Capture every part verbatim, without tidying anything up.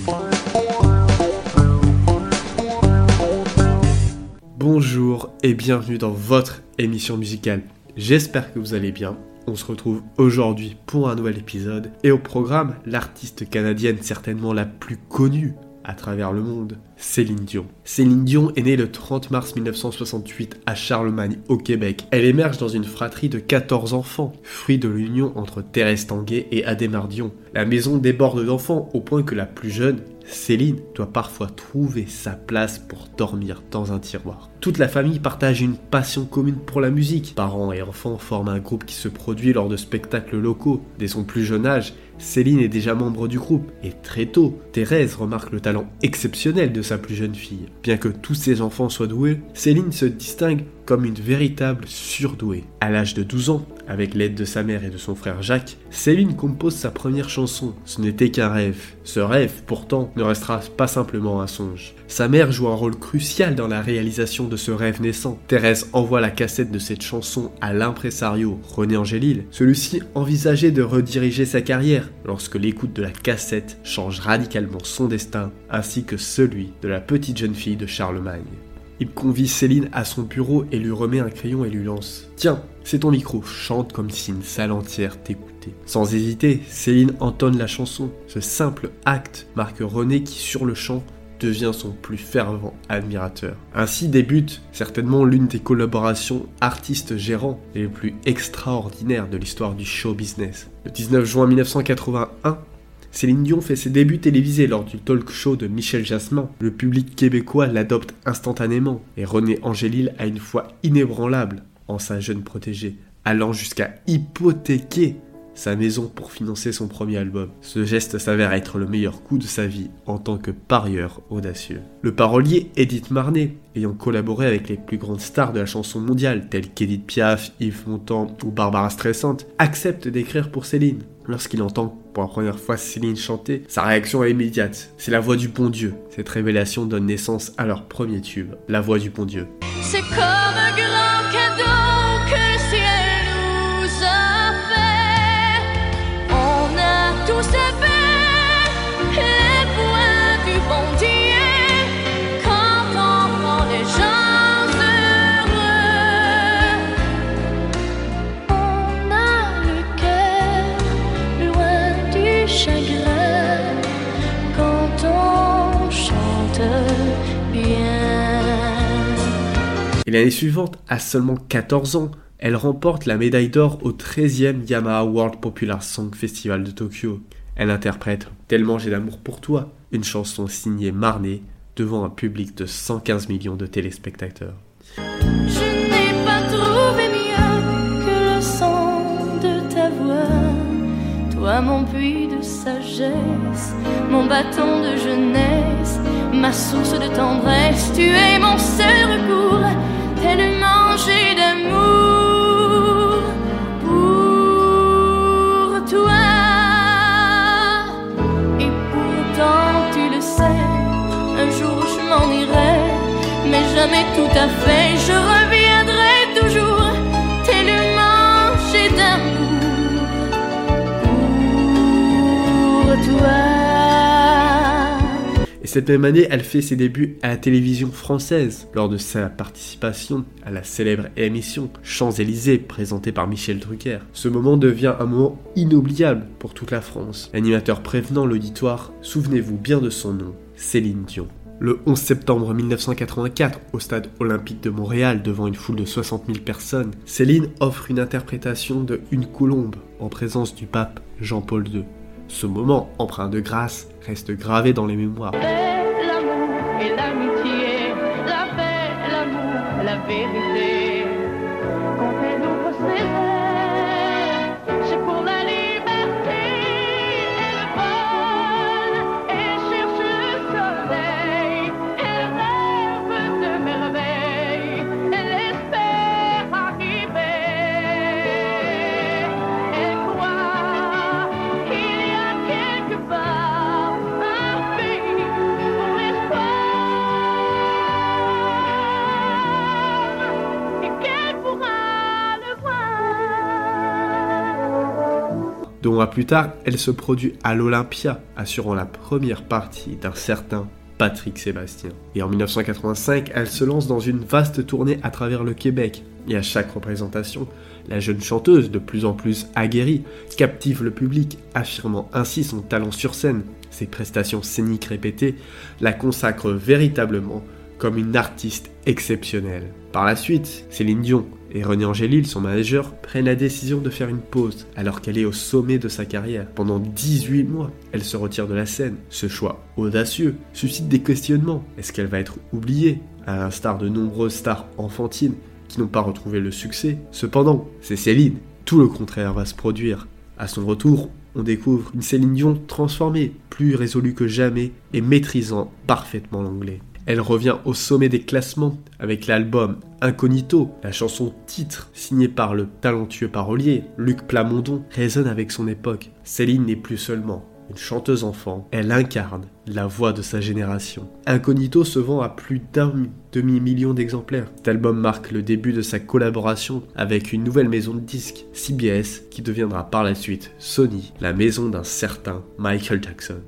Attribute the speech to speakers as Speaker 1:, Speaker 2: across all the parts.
Speaker 1: Bonjour et bienvenue dans votre émission musicale. J'espère que vous allez bien. On se retrouve aujourd'hui pour un nouvel épisode. Et au programme, l'artiste canadienne certainement la plus connue à travers le monde, Céline Dion. Céline Dion est née le trente mars mille neuf cent soixante-huit à Charlemagne, au Québec. Elle émerge dans une fratrie de quatorze enfants, fruit de l'union entre Thérèse Tanguay et Adhémar Dion. La maison déborde d'enfants au point que la plus jeune, Céline, doit parfois trouver sa place pour dormir dans un tiroir. Toute la famille partage une passion commune pour la musique. Parents et enfants forment un groupe qui se produit lors de spectacles locaux. Dès son plus jeune âge, Céline est déjà membre du groupe. Et très tôt, Thérèse remarque le talent exceptionnel de sa plus jeune fille. Bien que tous ses enfants soient doués, Céline se distingue comme une véritable surdouée. À l'âge de douze ans, avec l'aide de sa mère et de son frère Jacques, Céline compose sa première chanson. Ce n'était qu'un rêve. Ce rêve, pourtant, ne restera pas simplement un songe. Sa mère joue un rôle crucial dans la réalisation de ce rêve naissant. Thérèse envoie la cassette de cette chanson à l'impresario René Angélil. Celui-ci envisageait de rediriger sa carrière lorsque l'écoute de la cassette change radicalement son destin ainsi que celui de la petite jeune fille de Charlemagne. Il convie Céline à son bureau et lui remet un crayon et lui lance « Tiens, c'est ton micro, chante comme si une salle entière t'écoutait. » Sans hésiter, Céline entonne la chanson. Ce simple acte marque René qui, sur le champ, devient son plus fervent admirateur. Ainsi débute certainement l'une des collaborations artistes-gérants les plus extraordinaires de l'histoire du show business. Le dix-neuf juin mille neuf cent quatre-vingt-un, Céline Dion fait ses débuts télévisés lors du talk show de Michel Jasmin. Le public québécois l'adopte instantanément et René Angélil a une foi inébranlable en sa jeune protégée, allant jusqu'à hypothéquer sa maison pour financer son premier album. Ce geste s'avère être le meilleur coup de sa vie en tant que parieur audacieux. Le parolier Edith Marnay, ayant collaboré avec les plus grandes stars de la chanson mondiale, telles qu'Edith Piaf, Yves Montand ou Barbara Streisand, accepte d'écrire pour Céline. Lorsqu'il entend pour la première fois Céline chanter, sa réaction est immédiate. C'est la voix du bon Dieu. Cette révélation donne naissance à leur premier tube, La Voix du bon Dieu.
Speaker 2: C'est comme un grand cadeau que le ciel nous a fait. On a tous fait les voix du bon Dieu quand on rend les gens heureux. On a le cœur loin du chagrin quand on chante bien.
Speaker 1: Et l'année suivante, à seulement quatorze ans, elle remporte la médaille d'or au treizième Yamaha World Popular Song Festival de Tokyo. Elle interprète « Tellement j'ai d'amour pour toi », une chanson signée Marnay devant un public de cent quinze millions de téléspectateurs.
Speaker 2: Je n'ai pas trouvé mieux que le son de ta voix. Toi mon puits de sagesse, mon bâton de jeunesse, ma source de tendresse, tu es mon seul recours. Tellement j'ai d'amour pour toi. Et pourtant tu le sais, un jour je m'en irai, mais jamais tout à fait, je reviendrai toujours. Tellement j'ai d'amour pour toi.
Speaker 1: Cette même année, elle fait ses débuts à la télévision française lors de sa participation à la célèbre émission Champs-Élysées présentée par Michel Drucker. Ce moment devient un moment inoubliable pour toute la France. L'animateur prévenant l'auditoire, souvenez-vous bien de son nom, Céline Dion. Le onze septembre mille neuf cent quatre-vingt-quatre, au stade olympique de Montréal, devant une foule de soixante mille personnes, Céline offre une interprétation de Une colombe en présence du pape Jean-Paul deux. Ce moment, empreint de grâce, reste gravé dans les mémoires.
Speaker 2: L'amour et l'amitié, la paix, l'amour, la vérité. Quand elle ouvre ses ailes, c'est pour la liberté. Elle vole et cherche le soleil. Elle rêve de merveilles. Elle espère arriver. Elle croit qu'il y a quelque part un pays
Speaker 1: Deux mois plus tard, elle se produit à l'Olympia, assurant la première partie d'un certain Patrick Sébastien. Et en mille neuf cent quatre-vingt-cinq, elle se lance dans une vaste tournée à travers le Québec. Et à chaque représentation, la jeune chanteuse, de plus en plus aguerrie, captive le public, affirmant ainsi son talent sur scène. Ses prestations scéniques répétées la consacrent véritablement comme une artiste exceptionnelle. Par la suite, Céline Dion et René Angélil, son manager, prennent la décision de faire une pause alors qu'elle est au sommet de sa carrière. Pendant dix-huit mois, elle se retire de la scène. Ce choix audacieux suscite des questionnements. Est-ce qu'elle va être oubliée, à l'instar de nombreuses stars enfantines qui n'ont pas retrouvé le succès? Cependant, c'est Céline. Tout le contraire va se produire. À son retour, on découvre une Céline Dion transformée, plus résolue que jamais et maîtrisant parfaitement l'anglais. Elle revient au sommet des classements avec l'album Incognito. La chanson titre, signée par le talentueux parolier Luc Plamondon, résonne avec son époque. Céline n'est plus seulement une chanteuse enfant, elle incarne la voix de sa génération. Incognito se vend à plus d'un demi-million d'exemplaires. Cet album marque le début de sa collaboration avec une nouvelle maison de disques, C B S, qui deviendra par la suite Sony, la maison d'un certain Michael Jackson.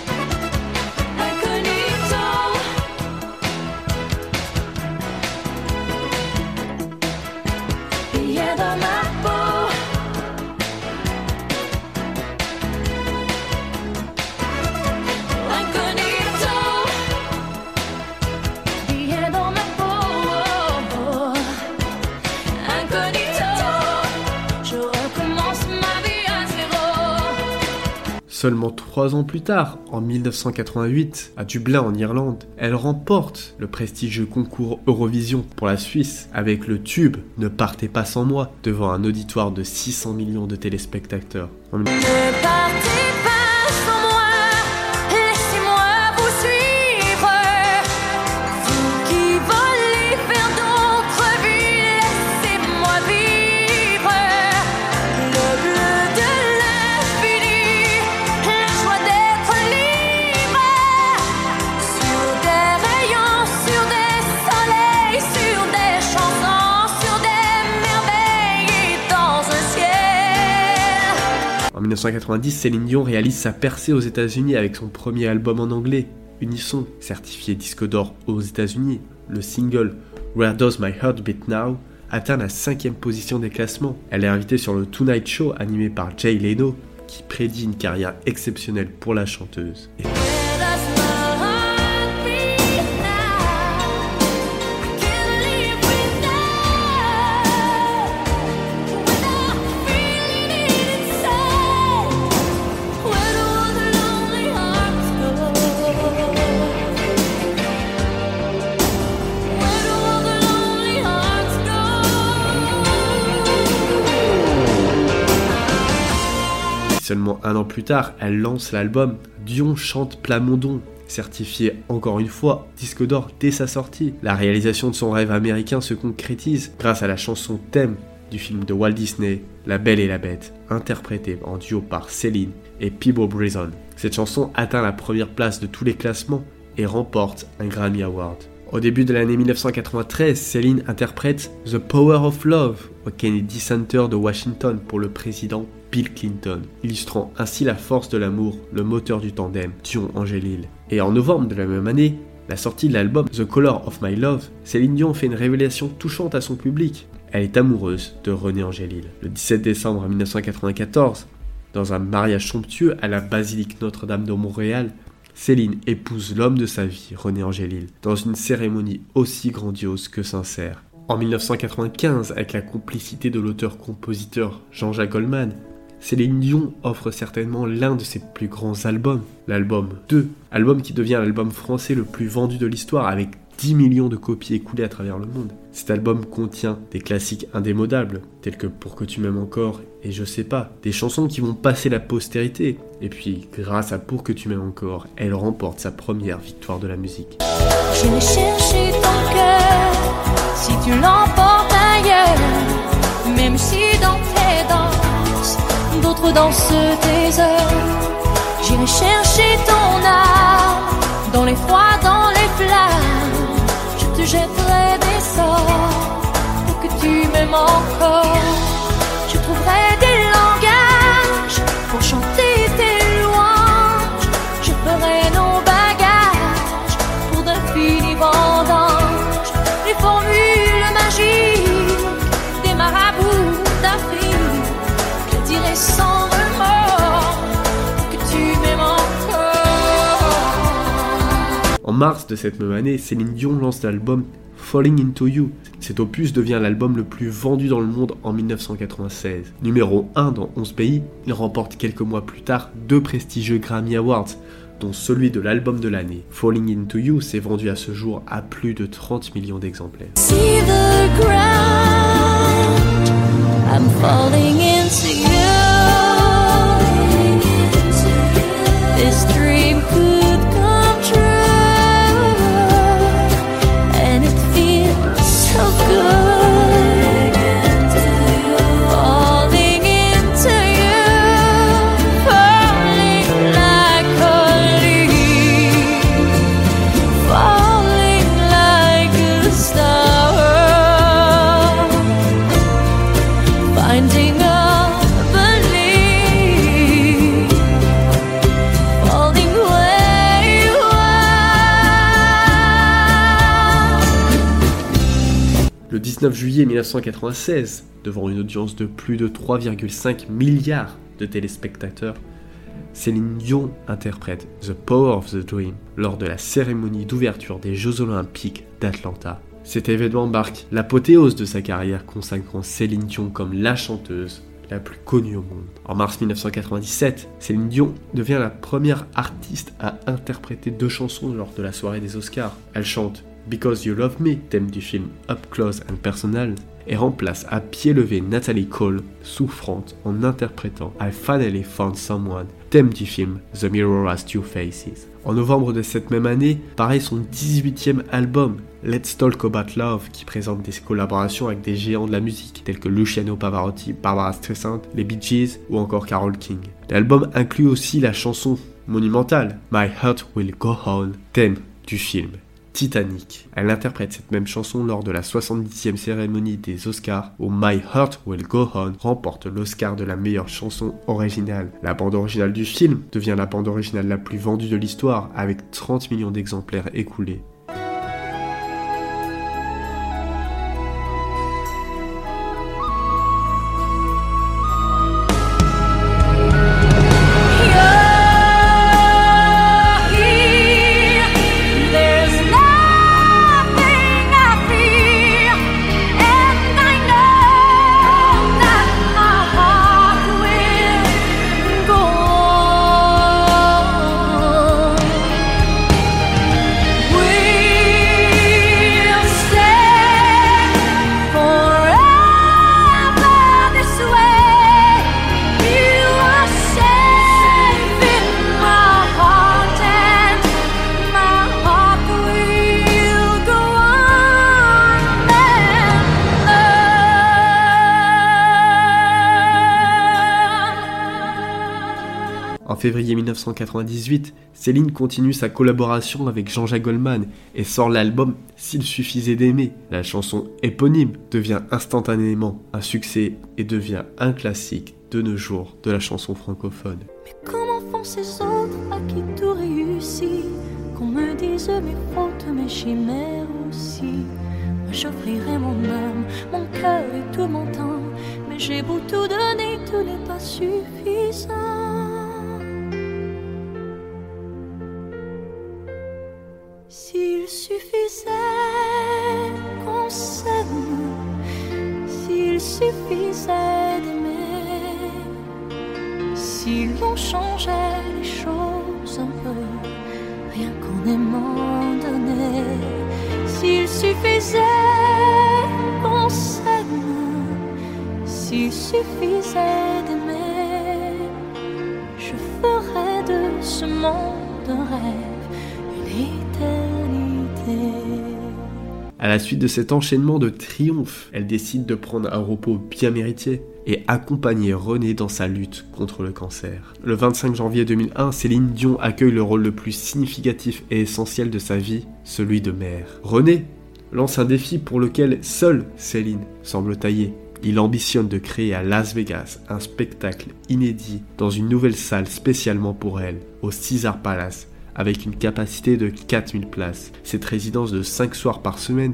Speaker 1: Seulement trois ans plus tard, en mille neuf cent quatre-vingt-huit, à Dublin en Irlande, elle remporte le prestigieux concours Eurovision pour la Suisse avec le tube « Ne partez pas sans moi » devant un auditoire de six cents millions de téléspectateurs. En... Ne partez pas sans moi, laissez-moi vous suivre. Vous qui volez vers d'autres vies, laissez-moi vivre. Le bleu de l'infini, la joie d'être libre. Sur des rayons, sur des soleils, sur des chansons, sur des merveilles et dans un ciel. En mille neuf cent quatre-vingt-dix, Céline Dion réalise sa percée aux États-Unis avec son premier album en anglais, Unisson, certifié disque d'or aux États-Unis. Le single Where Does My Heart Beat Now atteint la cinquième position des classements. Elle est invitée sur le Tonight Show animé par Jay Leno, qui prédit une carrière exceptionnelle pour la chanteuse. Et... Seulement un an plus tard, elle lance l'album Dion chante Plamondon, certifié encore une fois disque d'or dès sa sortie. La réalisation de son rêve américain se concrétise grâce à la chanson thème du film de Walt Disney, La Belle et la Bête, interprétée en duo par Céline et Peabo Brisson. Cette chanson atteint la première place de tous les classements et remporte un Grammy Award. Au début de l'année mille neuf cent quatre-vingt-treize, Céline interprète The Power of Love au Kennedy Center de Washington pour le président Bill Clinton, illustrant ainsi la force de l'amour, le moteur du tandem Dion-Angélil. Et en novembre de la même année, la sortie de l'album The Color of My Love, Céline Dion fait une révélation touchante à son public. Elle est amoureuse de René Angélil. Le dix-sept décembre mille neuf cent quatre-vingt-quatorze, dans un mariage somptueux à la basilique Notre-Dame de Montréal, Céline épouse l'homme de sa vie, René Angélil, dans une cérémonie aussi grandiose que sincère. En mille neuf cent quatre-vingt-quinze, avec la complicité de l'auteur-compositeur Jean-Jacques Goldman, Céline Dion offre certainement l'un de ses plus grands albums, l'album deux, album qui devient l'album français le plus vendu de l'histoire avec dix millions de copies écoulées à travers le monde. Cet album contient des classiques indémodables, tels que Pour que tu m'aimes encore et Je sais pas, des chansons qui vont passer la postérité. Et puis, grâce à Pour que tu m'aimes encore, elle remporte sa première victoire de la musique.
Speaker 2: Je vais chercher ton cœur, si tu l'emportes ailleurs, même si dans tes danses, d'autres dansent tes heures. J'irai chercher ton âme, dans les froids, dans les flammes, je te jetterai des sorts, pour que tu m'aimes encore. Je trouverai des langages, pour
Speaker 1: mars de cette même année, Céline Dion lance l'album Falling Into You. Cet opus devient l'album le plus vendu dans le monde en mille neuf cent quatre-vingt-seize. Numéro un dans onze pays, il remporte quelques mois plus tard deux prestigieux Grammy Awards, dont celui de l'album de l'année. Falling Into You s'est vendu à ce jour à plus de trente millions d'exemplaires.
Speaker 2: See the ground, I'm falling into you. This dream could come true, and it feels so good. Falling into you, falling like a leaf, falling like a star, finding a belief, falling where you are.
Speaker 1: Le dix-neuf juillet mille neuf cent quatre-vingt-seize, devant une audience de plus de trois virgule cinq milliards de téléspectateurs, Céline Dion interprète The Power of the Dream lors de la cérémonie d'ouverture des Jeux Olympiques d'Atlanta. Cet événement marque l'apothéose de sa carrière, consacrant Céline Dion comme la chanteuse la plus connue au monde. En mars mille neuf cent quatre-vingt-dix-sept, Céline Dion devient la première artiste à interpréter deux chansons lors de la soirée des Oscars. Elle chante Because You Love Me, thème du film Up Close and Personal, et remplace à pied levé Natalie Cole, souffrante, en interprétant I Finally Found Someone, thème du film The Mirror Has Two Faces. En novembre de cette même année, paraît son dix-huitième album, Let's Talk About Love, qui présente des collaborations avec des géants de la musique, tels que Luciano Pavarotti, Barbara Streisand, les Bee Gees ou encore Carole King. L'album inclut aussi la chanson monumentale My Heart Will Go On, thème du film Titanic. Elle interprète cette même chanson lors de la soixante-dixième cérémonie des Oscars où My Heart Will Go On remporte l'Oscar de la meilleure chanson originale. La bande originale du film devient la bande originale la plus vendue de l'histoire avec trente millions d'exemplaires écoulés. En février mille neuf cent quatre-vingt-dix-huit, Céline continue sa collaboration avec Jean-Jacques Goldman et sort l'album S'il suffisait d'aimer. La chanson éponyme devient instantanément un succès et devient un classique de nos jours de la chanson francophone.
Speaker 2: Mais comment font ces autres à qui tout réussit? Qu'on me dise mes fautes, mes chimères aussi. Moi j'offrirai mon âme, mon cœur et tout mon temps, mais j'ai beau tout donner, tout n'est pas suffisant. S'il suffisait qu'on s'aime, s'il suffisait d'aimer, si l'on changeait les choses un peu, rien qu'en aimant donner, s'il suffisait qu'on s'aime, s'il suffisait d'aimer, je ferais de ce monde un rêve, une éternité.
Speaker 1: À la suite de cet enchaînement de triomphes, elle décide de prendre un repos bien mérité et accompagner René dans sa lutte contre le cancer. Le vingt-cinq janvier deux mille un, Céline Dion accueille le rôle le plus significatif et essentiel de sa vie, celui de mère. René lance un défi pour lequel seule Céline semble taillée. Il ambitionne de créer à Las Vegas un spectacle inédit dans une nouvelle salle spécialement pour elle, au Caesars Palace, avec une capacité de quatre mille places. Cette résidence de cinq soirs par semaine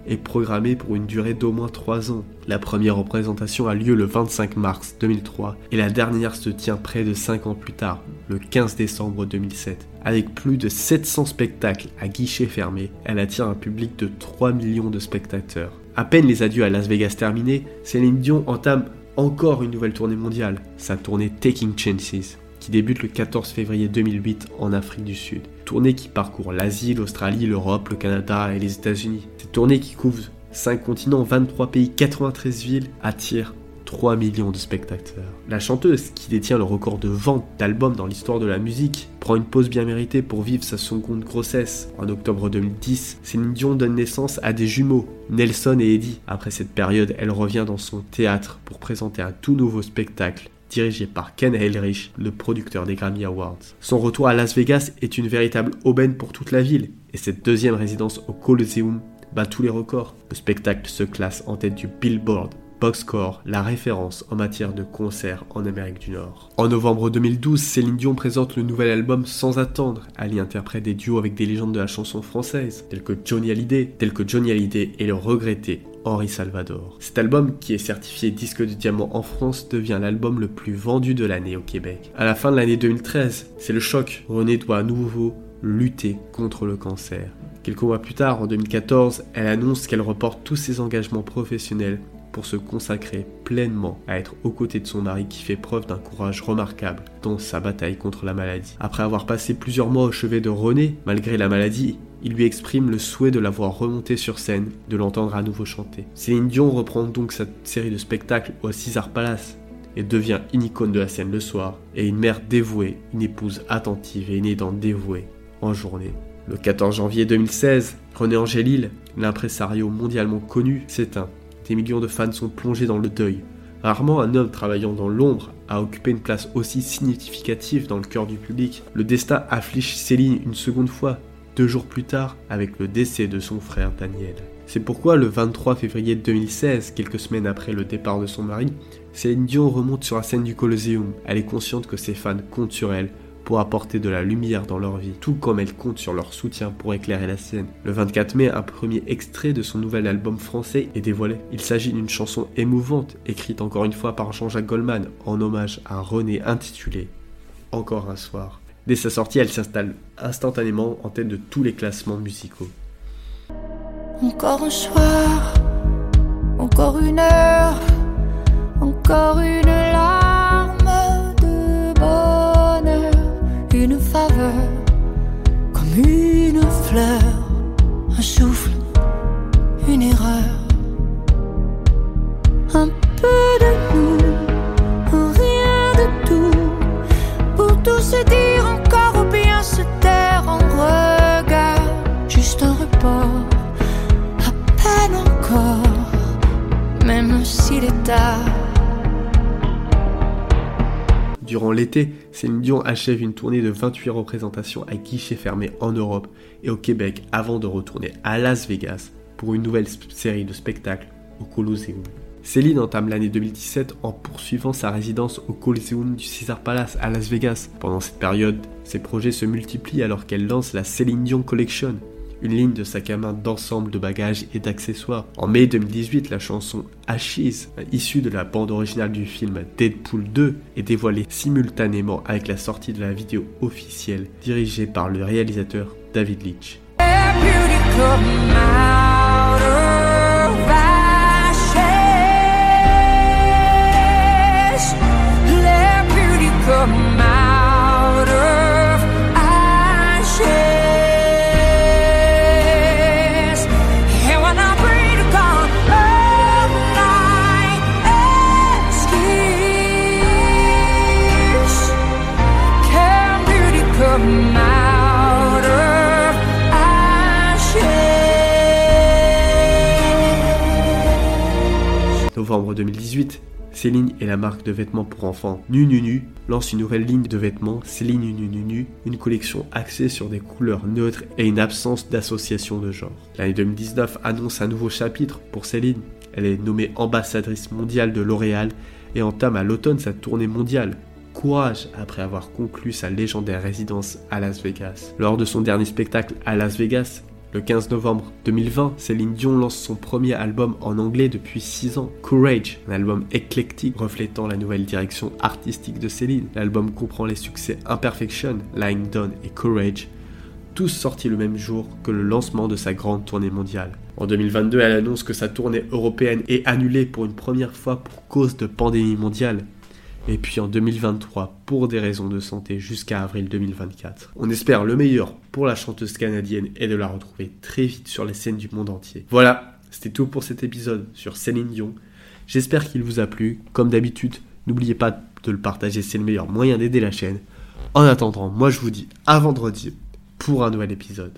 Speaker 1: est programmée pour une durée d'au moins trois ans. La première représentation a lieu le vingt-cinq mars deux mille trois et la dernière se tient près de cinq ans plus tard, le quinze décembre deux mille sept. Avec plus de sept cents spectacles à guichet fermé, elle attire un public de trois millions de spectateurs. À peine les adieux à Las Vegas terminés, Céline Dion entame encore une nouvelle tournée mondiale, sa tournée Taking Chances, qui débute le quatorze février deux mille huit en Afrique du Sud. Tournée qui parcourt l'Asie, l'Australie, l'Europe, le Canada et les États-Unis. Cette tournée qui couvre cinq continents, vingt-trois pays, quatre-vingt-treize villes, attire trois millions de spectateurs. La chanteuse, qui détient le record de vente d'albums dans l'histoire de la musique, prend une pause bien méritée pour vivre sa seconde grossesse. En octobre deux mille dix, Céline Dion donne naissance à des jumeaux, Nelson et Eddie. Après cette période, elle revient dans son théâtre pour présenter un tout nouveau spectacle dirigé par Ken Ehrlich, le producteur des Grammy Awards. Son retour à Las Vegas est une véritable aubaine pour toute la ville, et cette deuxième résidence au Coliseum bat tous les records. Le spectacle se classe en tête du Billboard Boxscore, la référence en matière de concerts en Amérique du Nord. En novembre deux mille douze, Céline Dion présente le nouvel album Sans attendre. Elle y interprète des duos avec des légendes de la chanson française, tels que Johnny Hallyday, tels que Johnny Hallyday et le regretté Henri Salvador. Cet album, qui est certifié disque de diamant en France, devient l'album le plus vendu de l'année au Québec. À la fin de l'année deux mille treize, c'est le choc. René doit à nouveau lutter contre le cancer. Quelques mois plus tard, en deux mille quatorze, elle annonce qu'elle reporte tous ses engagements professionnels pour se consacrer pleinement à être aux côtés de son mari qui fait preuve d'un courage remarquable dans sa bataille contre la maladie. Après avoir passé plusieurs mois au chevet de René, malgré la maladie, il lui exprime le souhait de la voir remonter sur scène, de l'entendre à nouveau chanter. Céline Dion reprend donc sa série de spectacles au Caesars Palace et devient une icône de la scène le soir, et une mère dévouée, une épouse attentive et une aidante dévouée en journée. Le quatorze janvier deux mille seize, René Angélil, l'impresario mondialement connu, s'éteint. Des millions de fans sont plongés dans le deuil. Rarement un homme travaillant dans l'ombre a occupé une place aussi significative dans le cœur du public. Le destin afflige Céline une seconde fois, deux jours plus tard, avec le décès de son frère Daniel. C'est pourquoi le vingt-trois février deux mille seize, quelques semaines après le départ de son mari, Céline Dion remonte sur la scène du Coliseum. Elle est consciente que ses fans comptent sur elle pour apporter de la lumière dans leur vie, tout comme elle compte sur leur soutien pour éclairer la scène. Le vingt-quatre mai, un premier extrait de son nouvel album français est dévoilé. Il s'agit d'une chanson émouvante, écrite encore une fois par Jean-Jacques Goldman, en hommage à René, intitulée « Encore un soir ». Dès sa sortie, elle s'installe instantanément en tête de tous les classements musicaux.
Speaker 2: Encore un soir, encore une heure, encore une larme de bonheur, une faveur comme une fleur, un souffle, une erreur, un peu de nous, rien de tout, pour tout se dire encore ou bien se taire en regard, juste un report, à peine encore, même s'il est tard.
Speaker 1: Durant l'été, Céline Dion achève une tournée de vingt-huit représentations à guichet fermé en Europe et au Québec avant de retourner à Las Vegas pour une nouvelle série de spectacles au Coliseum. Céline entame l'année deux mille dix-sept en poursuivant sa résidence au Coliseum du Caesars Palace à Las Vegas. Pendant cette période, ses projets se multiplient alors qu'elle lance la Céline Dion Collection, une ligne de sac à main d'ensemble de bagages et d'accessoires. En mai deux mille dix-huit, la chanson Ashes, issue de la bande originale du film Deadpool deux, est dévoilée simultanément avec la sortie de la vidéo officielle dirigée par le réalisateur David Leitch. Novembre deux mille dix-huit, Céline et la marque de vêtements pour enfants NuNuNu lancent une nouvelle ligne de vêtements Céline NuNuNu, une collection axée sur des couleurs neutres et une absence d'association de genre. L'année deux mille dix-neuf annonce un nouveau chapitre pour Céline. Elle est nommée ambassadrice mondiale de L'Oréal et entame à l'automne sa tournée mondiale. Courage après avoir conclu sa légendaire résidence à Las Vegas. Lors de son dernier spectacle à Las Vegas, Le quinze novembre deux mille vingt, Céline Dion lance son premier album en anglais depuis six ans, Courage, un album éclectique reflétant la nouvelle direction artistique de Céline. L'album comprend les succès Imperfection, Lying Down et Courage, tous sortis le même jour que le lancement de sa grande tournée mondiale. En deux mille vingt-deux, elle annonce que sa tournée européenne est annulée pour une première fois pour cause de pandémie mondiale. Et puis en deux mille vingt-trois, pour des raisons de santé jusqu'à avril deux mille vingt-quatre. On espère le meilleur pour la chanteuse canadienne et de la retrouver très vite sur les scènes du monde entier. Voilà, c'était tout pour cet épisode sur Céline Dion. J'espère qu'il vous a plu. Comme d'habitude, n'oubliez pas de le partager, c'est le meilleur moyen d'aider la chaîne. En attendant, moi je vous dis à vendredi pour un nouvel épisode.